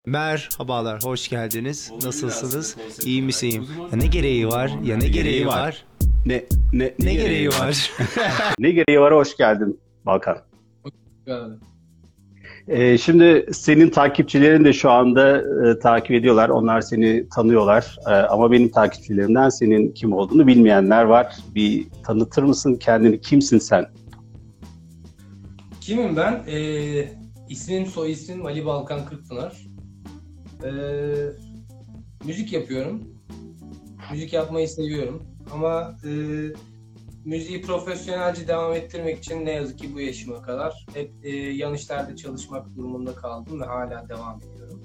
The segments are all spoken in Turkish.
Merhabalar, hoş geldiniz. Nasılsınız? İyi misiniz? Ya ne gereği var? Ya ne gereği var? Ne Gereği var? Ne gereği var? Hoş geldin Balkan. Yani. Şimdi senin takipçilerin de şu anda takip ediyorlar. Onlar seni tanıyorlar. Ama benim takipçilerimden senin kim olduğunu bilmeyenler var. Bir tanıtır mısın kendini? Kimsin sen? Kimim ben? İsmim, soy ismim Ali Balkan Kırkpınar. Müzik yapıyorum. Müzik yapmayı seviyorum. Ama müziği profesyonelce devam ettirmek için ne yazık ki bu yaşıma kadar hep yan işlerde çalışmak durumunda kaldım ve hala devam ediyorum.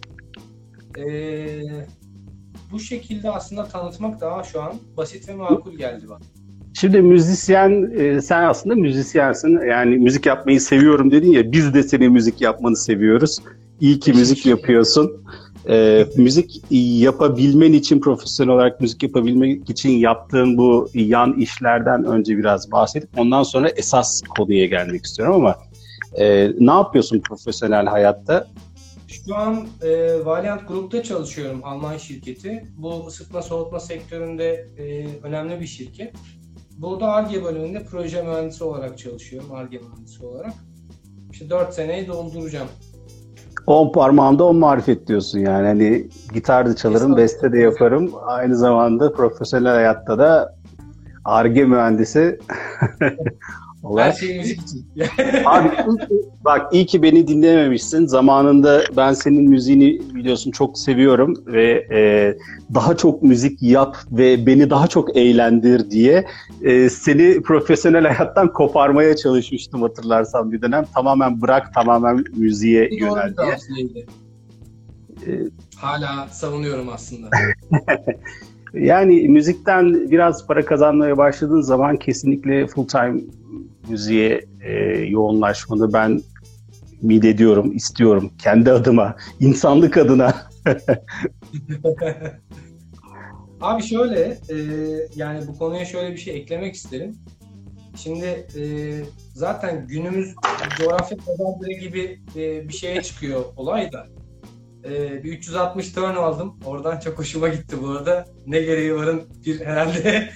Bu şekilde aslında tanıtmak daha şu an basit ve makul geldi bana. Şimdi müzisyen, sen aslında müzisyensin. Yani müzik yapmayı seviyorum dedin ya, biz de senin müzik yapmanı seviyoruz. İyi ki müzik yapıyorsun. Müzik yapabilmen için, profesyonel olarak müzik yapabilmek için yaptığın bu yan işlerden önce biraz bahsedip ondan sonra esas konuya gelmek istiyorum ama ne yapıyorsun profesyonel hayatta? Şu an Valiant Group'ta çalışıyorum, Alman şirketi. Bu ısıtma soğutma sektöründe önemli bir şirket. Burada Ar-Ge bölümünde proje mühendisi olarak çalışıyorum, Ar-Ge mühendisi olarak. İşte 4 seneyi dolduracağım. 10 parmağımda 10 marifet diyorsun yani. Hani gitar da çalarım, beste de yaparım. Aynı zamanda profesyonel hayatta da Ar-Ge mühendisi Her olarak. şey müzik için. Abi bak iyi ki beni dinlememişsin. Zamanında ben senin müziğini biliyorsun çok seviyorum ve daha çok müzik yap ve beni daha çok eğlendir diye seni profesyonel hayattan koparmaya çalışmıştım hatırlarsan bir dönem. Tamamen bırak, tamamen müziğe Bu doğru yönel bir diye. tavsiyeydi. Hala savunuyorum aslında. Yani müzikten biraz para kazanmaya başladığın zaman kesinlikle full time müziğe yoğunlaşmanı ben ümit ediyorum, istiyorum. Kendi adıma, insanlık adına. Abi şöyle, yani bu konuya şöyle bir şey eklemek isterim. Şimdi zaten günümüz coğrafya kazancı gibi bir şeye çıkıyor olay da. Bir 360 turn aldım. Oradan çok hoşuma gitti bu arada. Ne gereği varın bir herhalde.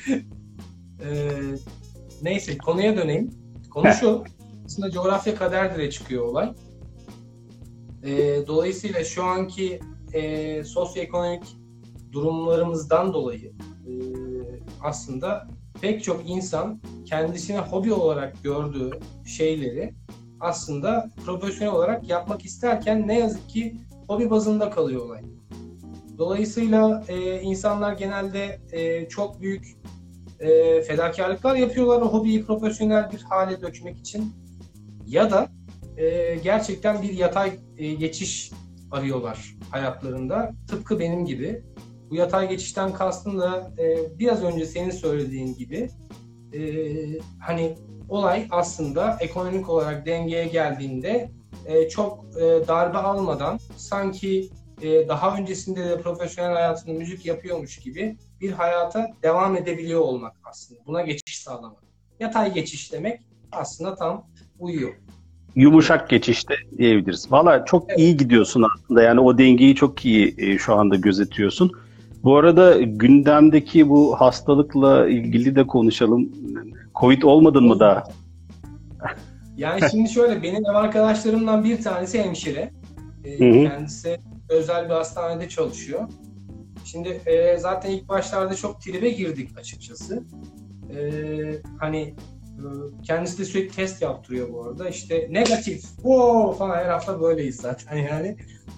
Neyse konuya döneyim. Konu şu. Aslında coğrafya kaderdir'e çıkıyor olay. Dolayısıyla şu anki sosyoekonomik durumlarımızdan dolayı aslında pek çok insan kendisine hobi olarak gördüğü şeyleri aslında profesyonel olarak yapmak isterken ne yazık ki hobi bazında kalıyor olay. Dolayısıyla insanlar genelde çok büyük fedakarlıklar yapıyorlar o hobiyi profesyonel bir hale dökmek için ya da gerçekten bir yatay geçiş arıyorlar hayatlarında. Tıpkı benim gibi. Bu yatay geçişten kastım da biraz önce senin söylediğin gibi hani olay aslında ekonomik olarak dengeye geldiğinde çok darbe almadan sanki daha öncesinde de profesyonel hayatında müzik yapıyormuş gibi bir hayata devam edebiliyor olmak aslında. Buna geçiş sağlamak. Yatay geçiş demek aslında tam uyuyor. Yumuşak geçişte diyebiliriz. Valla çok iyi gidiyorsun aslında. Yani o dengeyi çok iyi şu anda gözetiyorsun. Bu arada gündemdeki bu hastalıkla ilgili de konuşalım. Covid olmadın mı daha? Yani şimdi şöyle, benim ev arkadaşlarımdan bir tanesi hemşire. Kendisi özel bir hastanede çalışıyor. Şimdi zaten ilk başlarda çok tribe girdik açıkçası. Hani kendisi de sürekli test yaptırıyor bu arada. İşte negatif, falan her hafta böyleyiz zaten yani.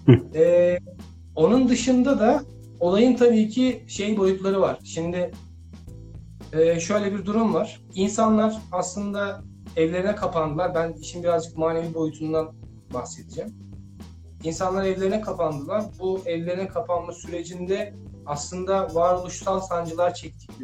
Onun dışında da olayın tabii ki boyutları var. Şimdi şöyle bir durum var. İnsanlar aslında evlerine kapandılar. Ben işin birazcık manevi boyutundan bahsedeceğim. İnsanlar evlerine kapandılar. Bu evlerine kapanma sürecinde aslında varoluşsal sancılar çektikleri,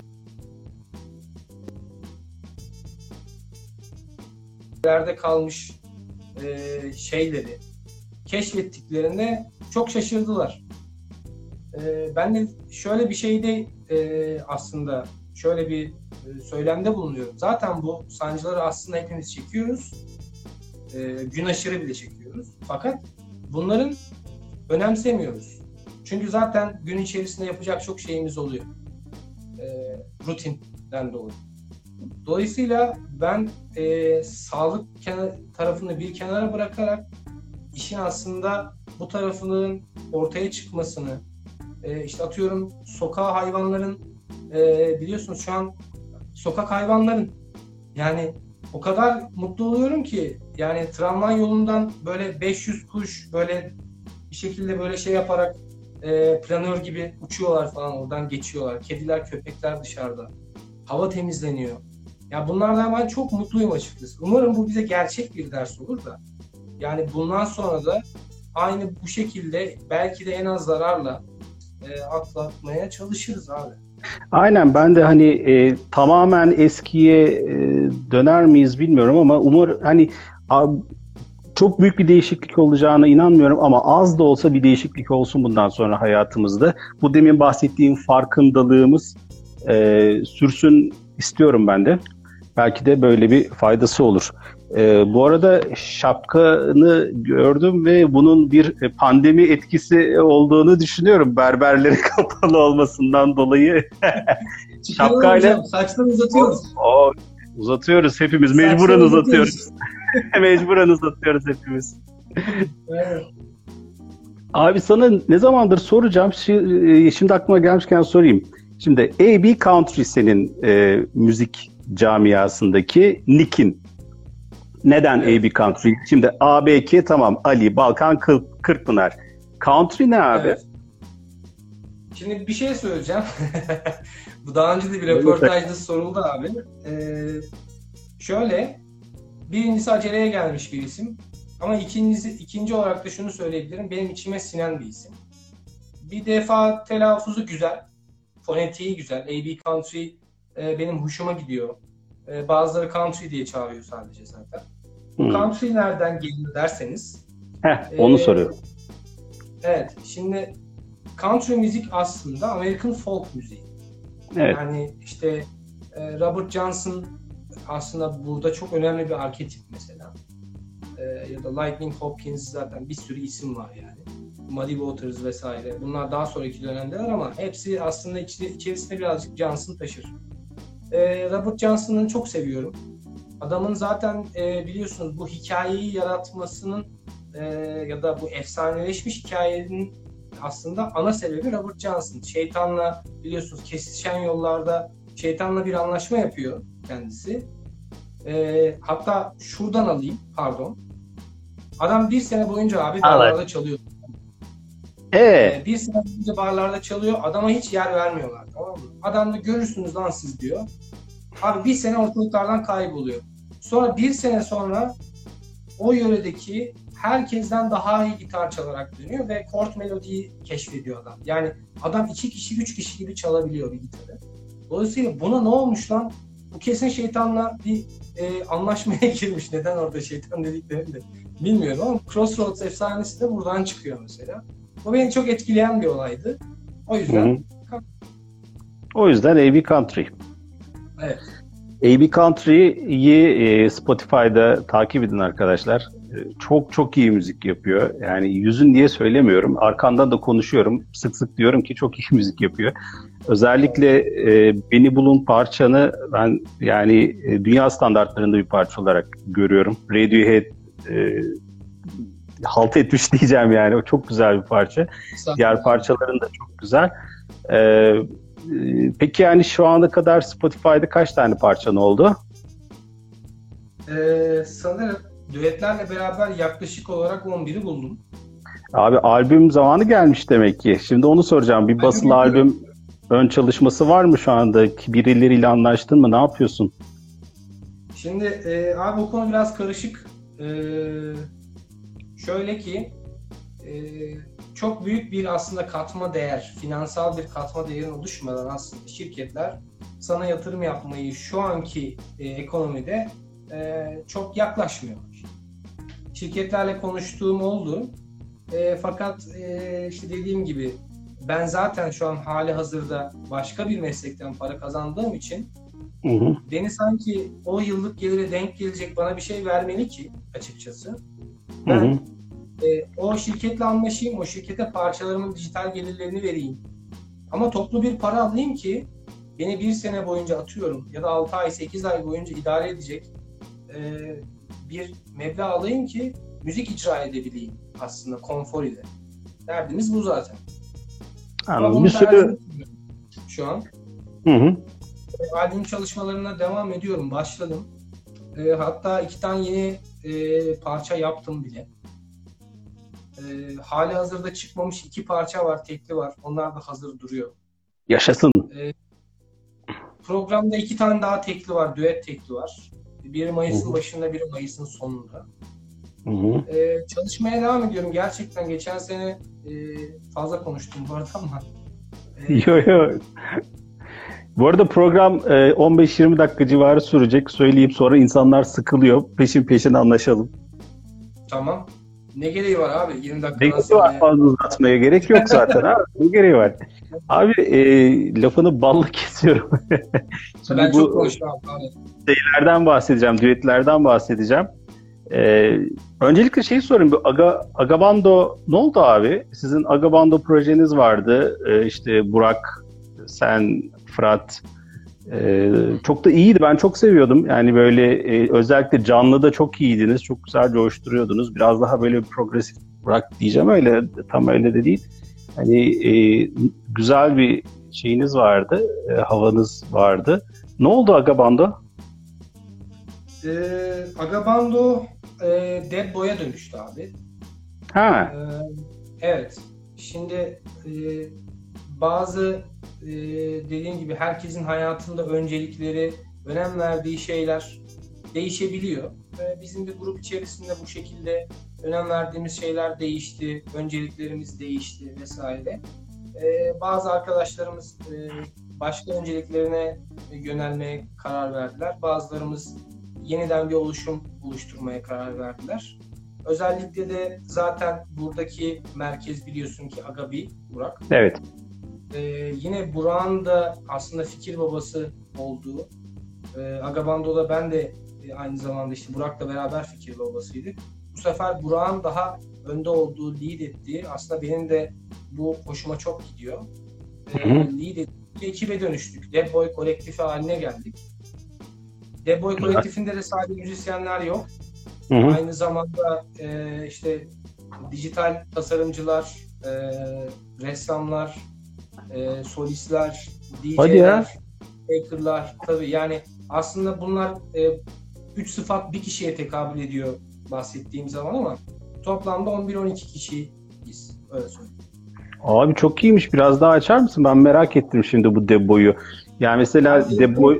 kalmış şeyleri keşfettiklerinde çok şaşırdılar. Ben de şöyle bir şeyde aslında şöyle bir söylemde bulunuyorum. Zaten bu sancıları aslında hepimiz çekiyoruz. Gün aşırı bile çekiyoruz. Fakat bunların önemsemiyoruz. Çünkü zaten gün içerisinde yapacak çok şeyimiz oluyor. Rutinden dolayı. Dolayısıyla ben sağlık tarafını bir kenara bırakarak işin aslında bu tarafının ortaya çıkmasını, işte atıyorum sokağa hayvanların, biliyorsunuz şu an sokak hayvanların, yani o kadar mutlu oluyorum ki, yani tramvay yolundan böyle 500 kuş böyle bir şekilde böyle şey yaparak planör gibi uçuyorlar falan, oradan geçiyorlar. Kediler, köpekler dışarıda. Hava temizleniyor. Ya bunlardan ben çok mutluyum açıkçası. Umarım bu bize gerçek bir ders olur da. Yani bundan sonra da aynı bu şekilde belki de en az zararla atlatmaya çalışırız abi. Aynen, ben de hani tamamen eskiye döner miyiz bilmiyorum ama hani çok büyük bir değişiklik olacağına inanmıyorum ama az da olsa bir değişiklik olsun bundan sonra hayatımızda. Bu demin bahsettiğim farkındalığımız sürsün istiyorum ben de. Belki de böyle bir faydası olur. Bu arada şapkanı gördüm ve bunun bir pandemi etkisi olduğunu düşünüyorum. Berberlerin kapalı olmasından dolayı. Şapkayla saçları uzatıyoruz. Uzatıyoruz hepimiz. Mecburen uzatıyoruz. Mecburen uzatıyoruz hepimiz. Evet. Abi sana ne zamandır soracağım. Şimdi aklıma gelmişken sorayım. Şimdi A.B. Country senin müzik camiasındaki nickin. Neden evet. A.B. Country? Şimdi A.B.K. tamam. Ali, Balkan, Kırkpınar. Country ne abi? Evet. Şimdi bir şey söyleyeceğim. Bu daha önce de bir röportajda soruldu abi. Şöyle, birincisi aceleye gelmiş bir isim. Ama ikinci olarak da şunu söyleyebilirim. Benim içime sinen bir isim. Bir defa telaffuzu güzel. Fonetiği güzel. A.B. Country benim hoşuma gidiyor. Bazıları country diye çağırıyor sadece zaten. Country nereden geliyor derseniz. Onu soruyorum. Evet. Şimdi country müzik aslında American folk müziği. Evet. Yani işte Robert Johnson aslında burada çok önemli bir arketip mesela. Ya da Lightning Hopkins, zaten bir sürü isim var yani. Muddy Waters vesaire. Bunlar daha sonraki dönemdeler ama hepsi aslında içerisinde birazcık Johnson taşır. Robert Johnson'ı çok seviyorum. Adamın zaten biliyorsunuz bu hikayeyi yaratmasının ya da bu efsaneleşmiş hikayenin aslında ana sebebi Robert Johnson. Şeytanla, biliyorsunuz kesişen yollarda şeytanla bir anlaşma yapıyor kendisi. Hatta şuradan alayım, pardon. Adam bir sene boyunca abi barlarda çalıyor. Bir sene boyunca barlarda çalıyor. Adama hiç yer vermiyorlar, tamam mı? Adam da görürsünüz lan siz diyor. Abi bir sene ortalıklardan kayboluyor. Sonra bir sene sonra o yöredeki herkesten daha iyi gitar çalarak dönüyor ve chord melodiyi keşfediyor adam. Yani adam 2 kişi, 3 kişi gibi çalabiliyor bir gitarı. Dolayısıyla buna ne olmuş lan? Bu kesin şeytanla bir anlaşmaya girmiş. Neden orada şeytan dediklerini de bilmiyorum ama Crossroads efsanesi de buradan çıkıyor mesela. O beni çok etkileyen bir olaydı. O yüzden. O yüzden A.B. Country. Evet. A.B. Country'yi Spotify'da takip edin arkadaşlar. Çok çok iyi müzik yapıyor. Yani yüzün diye söylemiyorum. Arkandan da konuşuyorum. Sık sık diyorum ki çok iyi müzik yapıyor. Özellikle Beni Bulun parçanı ben yani dünya standartlarında bir parça olarak görüyorum. Radiohead halt etmiş diyeceğim yani. O çok güzel bir parça. Diğer parçaların da çok güzel. Peki yani şu ana kadar Spotify'da kaç tane parçan oldu? Sanırım düetlerle beraber yaklaşık olarak 11'i buldum. Abi albüm zamanı gelmiş demek ki. Şimdi onu soracağım. Bir basılı albüm ön çalışması var mı şu anda? Birileriyle anlaştın mı? Ne yapıyorsun? Şimdi abi o konu biraz karışık. Şöyle ki çok büyük bir aslında katma değer, finansal bir katma değerin oluşmadan aslında şirketler sana yatırım yapmayı şu anki ekonomide çok yaklaşmıyorlar. Şirketlerle konuştuğum oldu. Fakat işte dediğim gibi ben zaten şu an hali hazırda başka bir meslekten para kazandığım için beni sanki o yıllık gelire denk gelecek bana bir şey vermeli ki açıkçası. Ben O şirketle anlaşayım, o şirkete parçalarımın dijital gelirlerini vereyim. Ama toplu bir para alayım ki beni bir sene boyunca atıyorum ya da 6 ay, 8 ay boyunca idare edecek bir meblağ alayım ki müzik icra edebileyim aslında konfor ile. Derdimiz bu zaten. Ama Anladım. bunun Bir sürü... tersini şu an. Hı hı. Albüm çalışmalarına devam ediyorum. Başladım. Hatta 2 tane yeni parça yaptım bile. Hali hazırda çıkmamış 2 parça var, tekli var. Onlar da hazır duruyor. Yaşasın. Programda 2 tane daha tekli var, düet tekli var. Biri Mayıs'ın Hı hı. başında, biri Mayıs'ın sonunda. Hı hı. Çalışmaya devam ediyorum. Gerçekten geçen sene fazla konuştum bu arada ama. Yo yo. Bu arada program 15-20 dakika civarı sürecek. Söyleyeyim, sonra insanlar sıkılıyor. Peşin peşin anlaşalım. Tamam. Ne gereği var abi? 20 dakikadan Gereği var, sonra. fazla uzatmaya gerek yok zaten abi. Ne gereği var? Abi lafını balla kesiyorum. Şimdi Ben çok bu konuştum abi. şeylerden bahsedeceğim, düetlerden bahsedeceğim. Öncelikle şey sorayım, bu Agabando ne oldu abi? Sizin Agabando projeniz vardı. İşte Burak, sen, Fırat. Çok da iyiydi. Ben çok seviyordum. Yani böyle özellikle canlıda çok iyiydiniz. Çok güzel coşturuyordunuz. Biraz daha böyle progresif rock diyeceğim, öyle tam öyle de değil. Hani güzel bir şeyiniz vardı. Havanız vardı. Ne oldu Agabando? Agabando Dead Boy'a dönüştü abi. Ha. Evet. Şimdi bazı dediğim gibi herkesin hayatında öncelikleri, önem verdiği şeyler değişebiliyor. Bizim bir grup içerisinde bu şekilde önem verdiğimiz şeyler değişti, önceliklerimiz değişti vesaire. Bazı arkadaşlarımız başka önceliklerine yönelmeye karar verdiler. Bazılarımız yeniden bir oluşturmaya karar verdiler. Özellikle de zaten buradaki merkez biliyorsun ki Agabi, Burak. Evet. Yine Burak'ın da aslında fikir babası olduğu, Agabando'da ben de aynı zamanda işte Burak'la beraber fikir babasıydık. Bu sefer Burak'ın daha önde olduğu, lead ettiği, aslında benim de bu hoşuma çok gidiyor. Lead ettiği ekibe dönüştük. Dead Boy kolektifi haline geldik. Dead Boy kolektifinde de sadece müzisyenler yok. Aynı zamanda işte dijital tasarımcılar, ressamlar, solistler, DJ'ler, maker'lar, tabii yani aslında bunlar 3 sıfat bir kişiye tekabül ediyor bahsettiğim zaman ama toplamda 11-12 kişiyiz, öyle söyleyeyim. Abi çok iyiymiş. Biraz daha açar mısın? Ben merak ettim şimdi bu Debo'yu. Yani mesela Debo...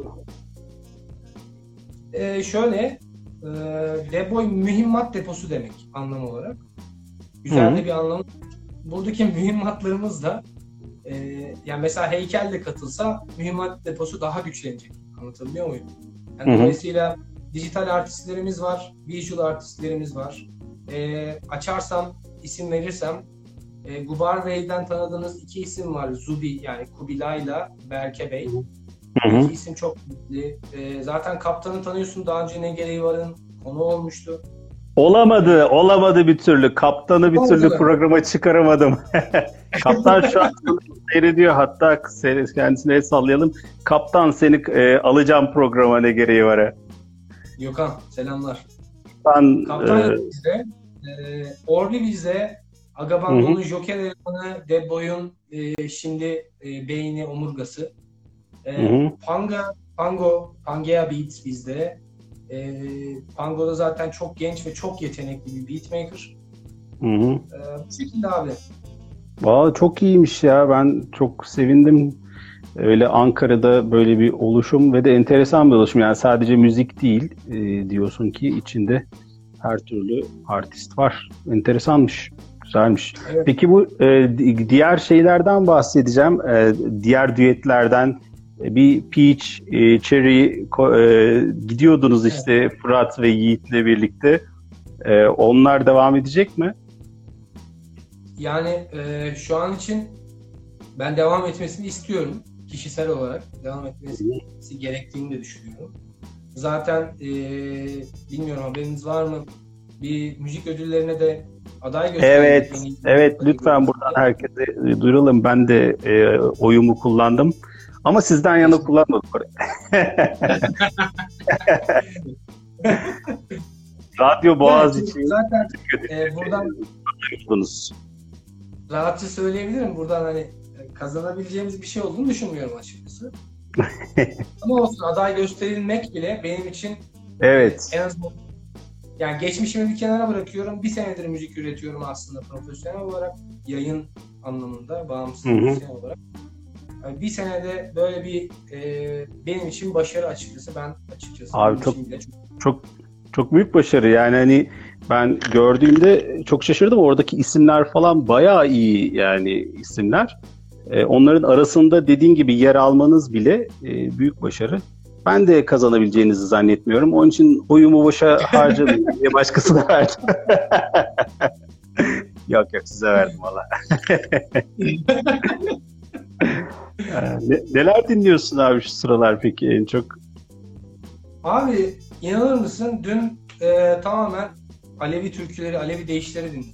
Şöyle, Deboy mühimmat deposu demek anlam olarak. Güzel de bir anlamı. Buradaki mühimmatlarımız da yani mesela heykel de katılsa mühimmat deposu daha güçlenecek. Anlatabiliyor muyum? Yani dolayısıyla dijital artistlerimiz var, visual artistlerimiz var. Açarsam, isim verirsem Gubar Bey'den tanıdığınız 2 isim var. Zubi yani Kubilay'la Berke Bey. İki isim çok büyük. Zaten kaptanı tanıyorsun. Daha önce Ne Gereği Var'ın konu olmuştu. Olamadı bir türlü. Kaptanı bir türlü programa çıkaramadım. Kaptan şu an seyrediyor. Hatta kendisine el sallayalım. Kaptan seni alacağım programa Ne Gereği Var'a. Gökhan selamlar. Kaptan bizde. Orly bizde. Agabando'nun Joker elemanı, Dead Boy'un şimdi beyni, omurgası. Pangea Beats bizde. Pango da zaten çok genç ve çok yetenekli bir beatmaker. Bu şekilde abi. Vallahi çok iyiymiş ya. Ben çok sevindim. Öyle Ankara'da böyle bir oluşum ve de enteresan bir oluşum. Yani sadece müzik değil diyorsun ki içinde her türlü artist var. Enteresanmış. Güzelmiş. Evet. Peki bu diğer şeylerden bahsedeceğim. Diğer düetlerden bir Peach, Cherry gidiyordunuz işte, evet. Fırat ve Yiğit'le birlikte. Onlar devam edecek mi? Yani şu an için ben devam etmesini istiyorum. Kişisel olarak devam etmesi gerektiğini de düşünüyorum. Zaten bilmiyorum haberiniz var mı? Bir müzik ödüllerine de Aday gösterilmek. Evet, evet, lütfen buradan herkese duyuralım. Ben de oyumu kullandım. Ama sizden yana kullanmadım. Radyo Boğaziçi. Zaten buradan Buldunuz. rahatça söyleyebilirim. Buradan hani kazanabileceğimiz bir şey olduğunu düşünmüyorum açıkçası. Ama olsun, aday gösterilmek bile benim için Evet. en azından, yani geçmişimi bir kenara bırakıyorum. Bir senedir müzik üretiyorum aslında profesyonel olarak. Yayın anlamında, bağımsız müzisyen olarak. Yani bir senede böyle bir benim için başarı açıkçası. Ben açıkçası Abi çok büyük başarı. Yani hani ben gördüğümde çok şaşırdım. Oradaki isimler falan bayağı iyi yani isimler. Onların arasında dediğin gibi yer almanız bile büyük başarı. Ben de kazanabileceğinizi zannetmiyorum. Onun için oyumu boşa harcamayayım diye başkasına verdim. Yok size verdim valla. Neler dinliyorsun abi şu sıralar peki en çok? Abi inanır mısın? Dün tamamen Alevi türküleri, Alevi deyişleri dinledim.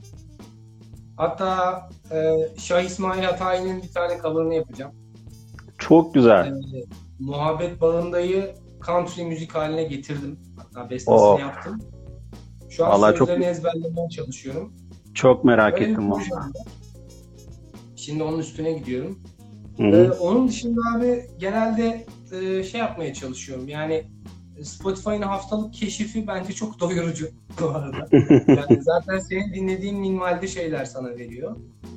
Hatta Şah İsmail Hatayi'nin bir tane cover'ını yapacağım. Çok güzel. Muhabbet Bağında'yı country müzik haline getirdim. Hatta bestesini yaptım. Şu an sözlerini ezberlemeye çalışıyorum. Çok merak ettim valla. Şimdi onun üstüne gidiyorum. Onun dışında abi genelde şey yapmaya çalışıyorum. Yani Spotify'ın haftalık keşifi bence çok doyurucu bu arada. Yani zaten senin dinlediğin minvalde şeyler sana veriyor.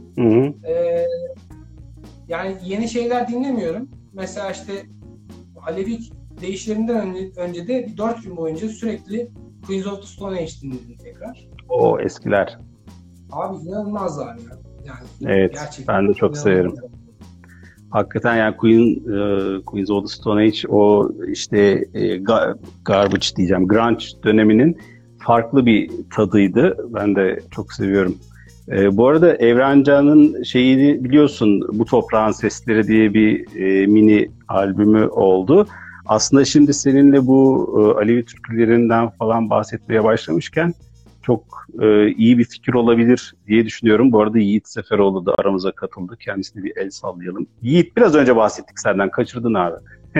Yani yeni şeyler dinlemiyorum. Mesela işte Alevi deyişlerinden önce de 4 gün boyunca sürekli Queens of the Stone Age dinledim tekrar. O eskiler. Abi inanılmazlar ya. Yani evet, gerçekten ben de çok severim. Hakikaten yani Queens of the Stone Age o işte garbage diyeceğim, grunge döneminin farklı bir tadıydı. Ben de çok seviyorum. Bu arada Evrencan'ın şeyini biliyorsun, Bu Toprağın Sesleri diye bir mini albümü oldu. Aslında şimdi seninle bu Alevi türkülerinden falan bahsetmeye başlamışken çok iyi bir fikir olabilir diye düşünüyorum. Bu arada Yiğit Seferoğlu da aramıza katıldı. Kendisine bir el sallayalım. Yiğit, biraz önce bahsettik senden. Kaçırdın abi.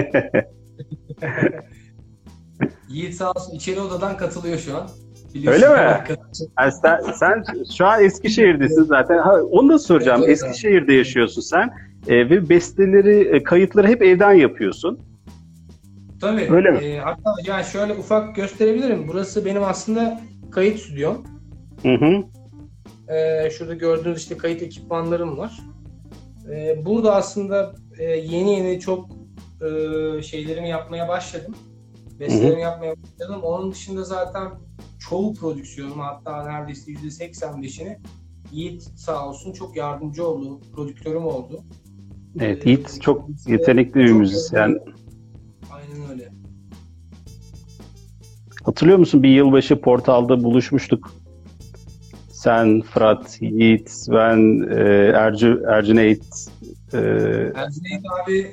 Yiğit sağ olsun içeri odadan katılıyor şu an. Öyle mi? Yani sen şu an Eskişehir'desin zaten. Onu da soracağım. Evet, Eskişehir'de yaşıyorsun sen. Ve besteleri, kayıtları hep evden yapıyorsun. Tabii. Öyle mi? Hatta yani şöyle ufak gösterebilirim. Burası benim aslında kayıt stüdyom. Şurada gördüğünüz işte kayıt ekipmanlarım var. Burada aslında yeni çok şeylerimi yapmaya başladım. Bestelerimi yapmaya başladım. Onun dışında zaten çoğu prodüksiyonum, hatta neredeyse %85'ini Yiğit sağ olsun çok yardımcı oldu. Prodüktörüm oldu. Evet, Yiğit çok yetenekli bir müzisyen. Aynen öyle. Hatırlıyor musun? Bir yılbaşı Portal'da buluşmuştuk. Sen, Fırat, Yiğit, ben, Ercüneyt. Ercüneyt abi.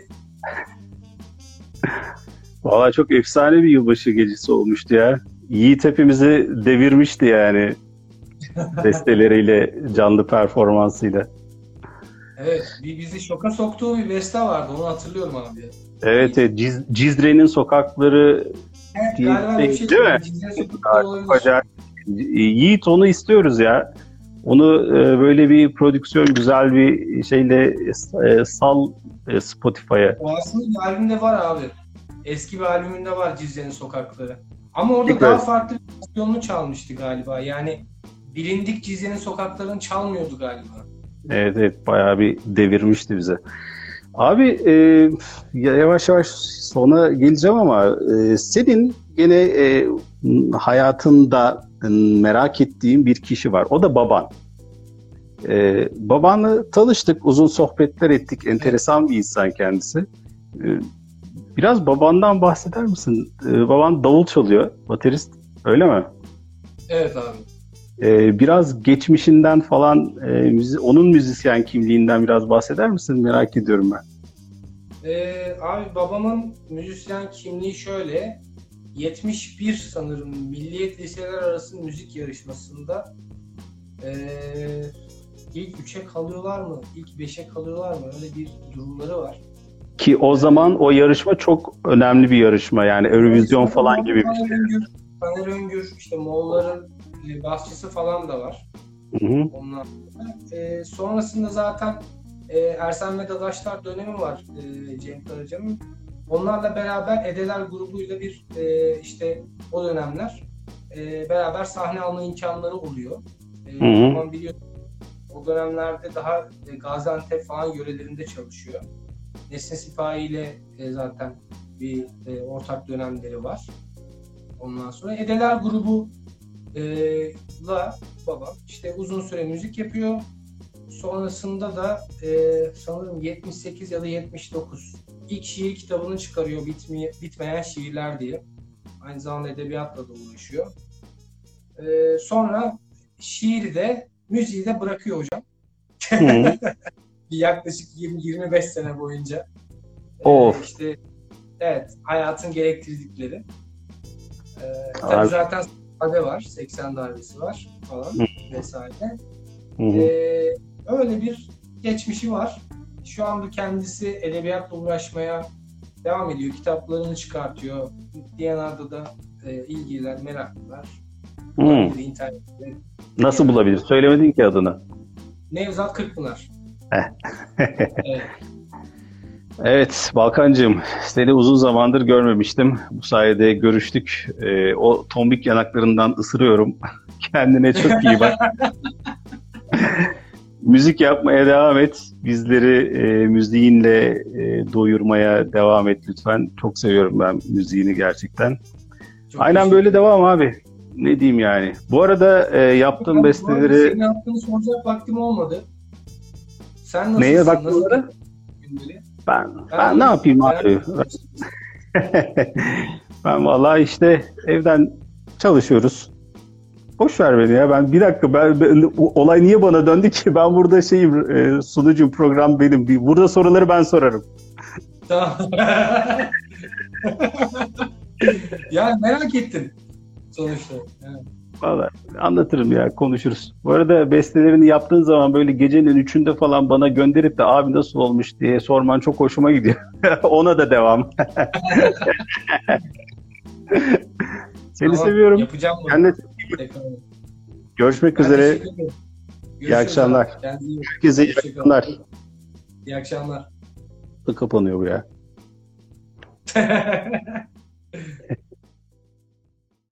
Valla çok efsane bir yılbaşı gecesi olmuştu ya. Yiğit hepimizi devirmişti yani. Besteleriyle, canlı performansıyla. Evet, bizi şoka soktuğu bir beste vardı. Onu hatırlıyorum abi. Evet, Cizre'nin sokakları diye bir şey, değil mi? Yiğit, onu istiyoruz ya. Onu böyle bir prodüksiyon, güzel bir şeyle sal Spotify'a. O aslında bir albümde var abi. Eski bir albümünde var Cizre'nin sokakları. Ama orada daha farklı bir versiyonunu çalmıştı galiba. Yani bilindik Cizre'nin sokaklarını çalmıyordu galiba. Evet, bayağı bir devirmişti bize. Abi yavaş yavaş sona geleceğim ama senin gene hayatında merak ettiğim bir kişi var. O da baban. Babanla tanıştık, uzun sohbetler ettik. Enteresan bir insan kendisi. Biraz babandan bahseder misin? Baban davul çalıyor, baterist. Öyle mi? Evet abi. Biraz geçmişinden falan, onun müzisyen kimliğinden biraz bahseder misin? Merak ediyorum ben. Abi babamın müzisyen kimliği şöyle. 71 sanırım Milliyet Liseler Arası Müzik Yarışması'nda İlk 3'e kalıyorlar mı? İlk 5'e kalıyorlar mı? Öyle bir durumları var. Ki o zaman o yarışma çok önemli bir yarışma. Yani Eurovision falan gibi bir şey. Taner Öngür, işte Moğolların basçısı falan da var. Hı hı. Onlar. Sonrasında zaten Ersen ve Dadaşlar dönemi var Cenk Karacan'ın. Onlarla beraber Edeler grubuyla bir işte o dönemler beraber sahne alma imkanları oluyor. Hı hı. Ama biliyorsun o dönemlerde daha Gaziantep falan yörelerinde çalışıyor. Nesrin Sipahi ile zaten bir ortak dönemleri var. Ondan sonra Edeler grubu la babam işte uzun süre müzik yapıyor. Sonrasında da sanırım 78 ya da 79 ilk şiir kitabını çıkarıyor Bitmeyen Şiirler diye. Aynı zamanda edebiyatla da uğraşıyor. Sonra şiiri de müziği de bırakıyor hocam. Hı. Yaklaşık 20-25 sene boyunca. Of. İşte evet hayatın gerektirdikleri. Tabii Abi. zaten darbe var, 80 darbesi var falan vesaire. Hı hı. Öyle bir geçmişi var. Şu anda kendisi edebiyatla uğraşmaya devam ediyor. Kitaplarını çıkartıyor. DNR'da da ilgililer, meraklılar. Hı. İnternette. Nasıl bulabilir? Söylemedin ki adını. Nevzat Kırkpınar. Evet. Evet Balkancığım, seni uzun zamandır görmemiştim. Bu sayede görüştük. O tombik yanaklarından ısırıyorum. Kendine çok iyi bak. Müzik yapmaya devam et. Bizleri müziğinle doyurmaya devam et lütfen. Çok seviyorum ben müziğini gerçekten. Çok Aynen teşekkür böyle ederim. devam abi. Ne diyeyim yani. Bu arada yaptığım Bu arada besteleri... senin yaptığını soracak vaktim olmadı. Sen nasılsın? Neye Nasıl baktığları? günleri? Ben ne yapayım abi? Ben vallahi işte evden çalışıyoruz. Boş ver beni ya. Ben bir dakika olay niye bana döndü ki? Ben burada sunucum program benim. Burada soruları ben sorarım. Tamam. Yani merak ettim sonuçta. Evet. Vallahi anlatırım ya, konuşuruz. Bu arada bestelerini yaptığın zaman böyle gecenin 3'ünde falan bana gönderip de abi nasıl olmuş diye sorman çok hoşuma gidiyor. Ona da devam. Seni Tamam, seviyorum. yapacağım bunu. Kendine Tekrar. görüşmek Ben üzere. teşekkür ederim. İyi Görüşürüz akşamlar. abi. Kendine iyi bak. Herkese iyi Hoşça kal. akşamlar. İyi akşamlar. Kapanıyor bu ya.